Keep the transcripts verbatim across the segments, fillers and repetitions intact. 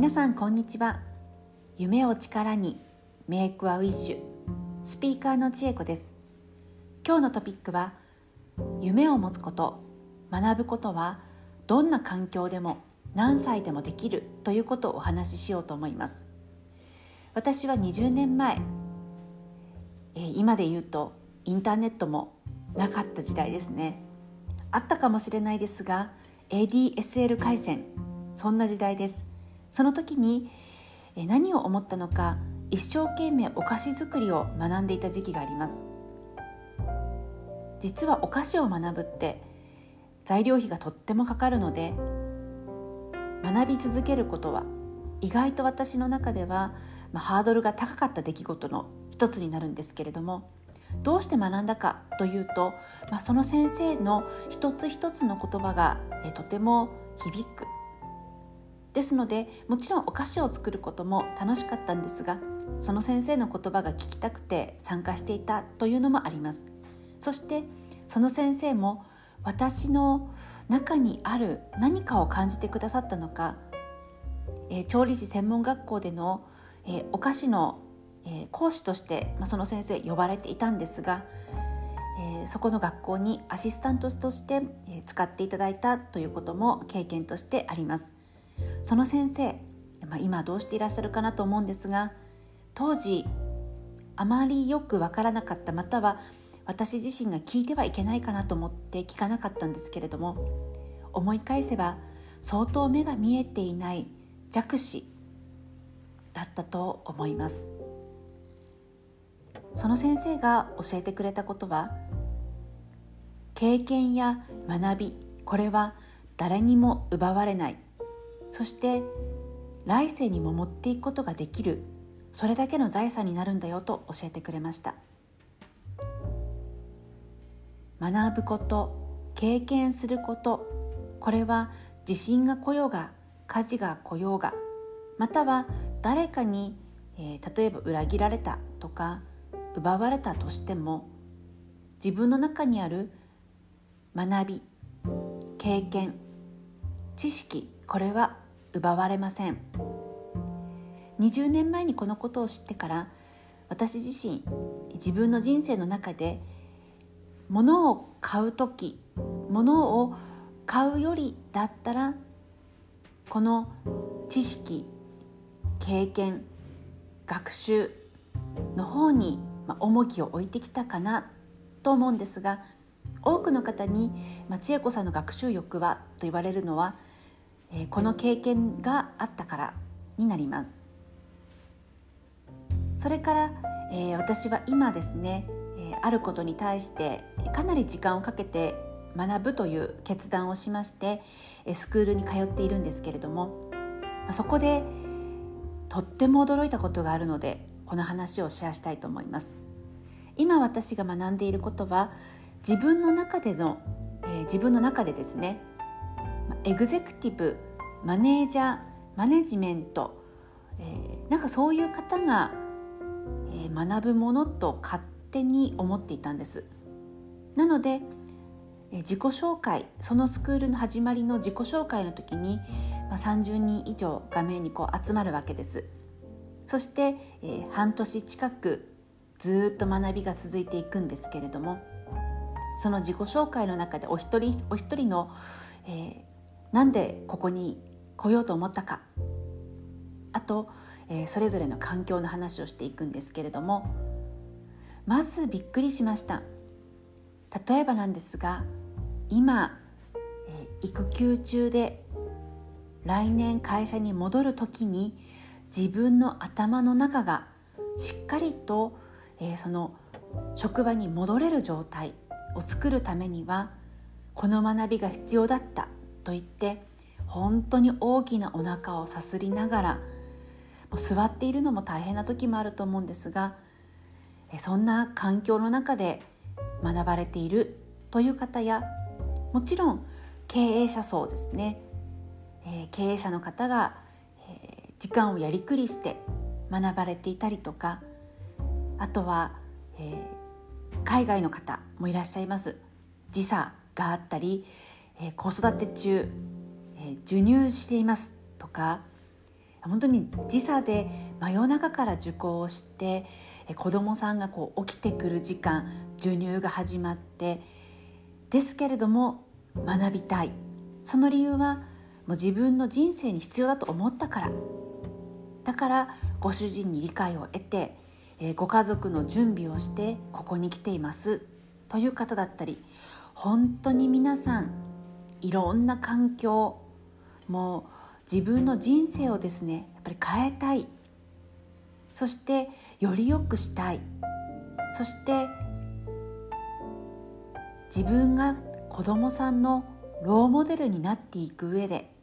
皆さんこんにちは。夢を力にメイクアウィッシュスピーカーの千恵子です。今日のトピックは、夢を持つこと、学ぶことはどんな環境でも何歳でもできるということをお話ししようと思います。私はにじゅうねんまえ、えー、今で言うとインターネットもなかった時代ですね。あったかもしれないですが エーディーエスエル 回線、そんな時代です。その時に何を思ったのか、一生懸命お菓子作りを学んでいた時期があります。実はお菓子を学ぶって材料費がとってもかかるので、学び続けることは意外と私の中では、まあ、ハードルが高かった出来事の一つになるんですけれども、どうして学んだかというと、まあ、その先生の一つ一つの言葉がえとても響く。ですので、もちろんお菓子を作ることも楽しかったんですが、その先生の言葉が聞きたくて参加していたというのもあります。そしてその先生も私の中にある何かを感じてくださったのか、えー、調理師専門学校での、えー、お菓子の、えー、講師として、まあ、その先生呼ばれていたんですが、えー、そこの学校にアシスタントとして、えー、使っていただいたということも経験としてあります。その先生、まあ、今どうしていらっしゃるかなと思うんですが、当時あまりよくわからなかった、または私自身が聞いてはいけないかなと思って聞かなかったんですけれども、思い返せば相当目が見えていない弱視だったと思います。その先生が教えてくれたことは、経験や学び、これは誰にも奪われない、そして来世にも持っていくことができる、それだけの財産になるんだよと教えてくれました。学ぶこと、経験すること、これは地震が来ようが火事が来ようが、または誰かに、えー、例えば裏切られたとか奪われたとしても、自分の中にある学び、経験、知識、これは奪われません。にじゅうねんまえにこのことを知ってから、私自身自分の人生の中で物を買うとき、物を買うよりだったら、この知識、経験、学習の方に重きを置いてきたかなと思うんですが、多くの方に、まあ、千恵子さんの学習欲はと言われるのは、えー、この経験があったからになります。それから、えー、私は今ですね、えー、あることに対してかなり時間をかけて学ぶという決断をしまして、えー、スクールに通っているんですけれども、まあ、そこでとっても驚いたことがあるので、この話をシェアしたいと思います。今私が学んでいることは、自分の中での、えー、自分の中でですね、エグゼクティブ、マネージャー、マネジメント、えー、なんかそういう方が、えー、学ぶものと勝手に思っていたんです。なので、えー、自己紹介、そのスクールの始まりの自己紹介の時に、まあ、さんじゅうにん以上画面にこう集まるわけです。そして、えー、半年近くずっと学びが続いていくんですけれども、その自己紹介の中でお一人お一人の、えー、なんでここに来ようと思ったか、あと、えー、それぞれの環境の話をしていくんですけれども、まずびっくりしました。例えばなんですが、今、えー、育休中で来年会社に戻るときに、自分の頭の中がしっかりと、えー、その職場に戻れる状態を作るためには、この学びが必要だったと言って、本当に大きなお腹をさすりながら、もう座っているのも大変な時もあると思うんですが、そんな環境の中で学ばれているという方や、もちろん経営者層ですね、えー、経営者の方が、えー、時間をやりくりして学ばれていたりとか、あとは、えー海外の方もいらっしゃいます。時差があったり、えー、子育て中、えー、授乳していますとか、 本当に時差で真夜中から受講をして、子どもさんがこう起きてくる時間、授乳が始まって、ですけれども学びたい、その理由はもう自分の人生に必要だと思ったから、だからご主人に理解を得て、えー、ご家族の準備をしてここに来ていますという方だったり、本当に皆さんいろんな環境、もう自分の人生をですねやっぱり変えたい、そしてより良くしたい、そして自分が子どもさんのローモデルになっていく上で、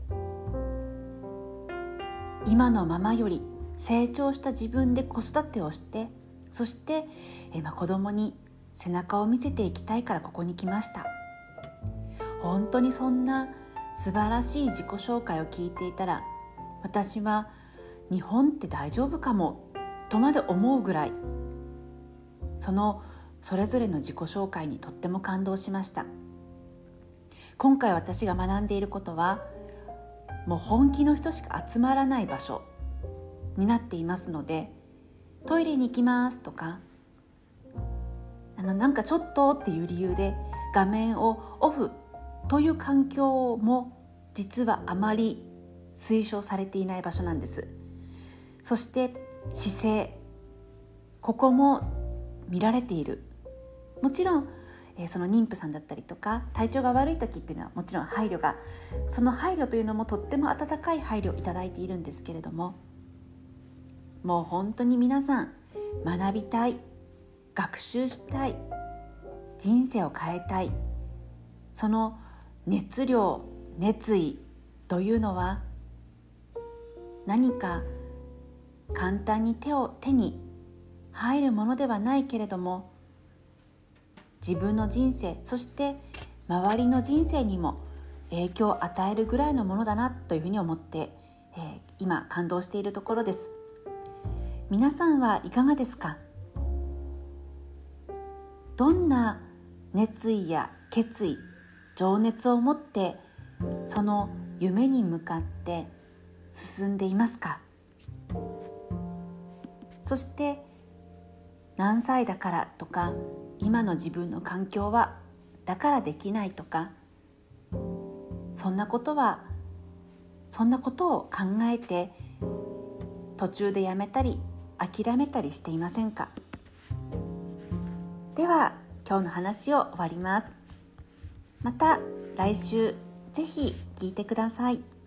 今のままより成長した自分で子育てをして、そして、えまあ、子供に背中を見せていきたいからここに来ました。本当にそんな素晴らしい自己紹介を聞いていたら、私は日本って大丈夫かもとまで思うぐらい、そのそれぞれの自己紹介にとっても感動しました。今回私が学んでいることは、もう本気の人しか集まらない場所になっていますので、トイレに行きますとか、あのなんかちょっとっていう理由で画面をオフという環境も実はあまり推奨されていない場所なんです。そして姿勢、ここも見られている。もちろんえー、その妊婦さんだったりとか体調が悪い時っていうのはもちろん配慮が、その配慮というのもとっても温かい配慮をいただいているんですけれども、もう本当に皆さん学びたい、学習したい、人生を変えたい、その熱量、熱意というのは何か簡単に手を手に入るものではないけれども、自分の人生、そして周りの人生にも影響を与えるぐらいのものだなというふうに思って、えー、今感動しているところです。皆さんはいかがですか？どんな熱意や決意、情熱を持ってその夢に向かって進んでいますか？そして何歳だからとか、今の自分の環境はだからできないとか、そんなことはそんなことを考えて途中でやめたり諦めたりしていませんか？では今日の話を終わります。また来週ぜひ聞いてください。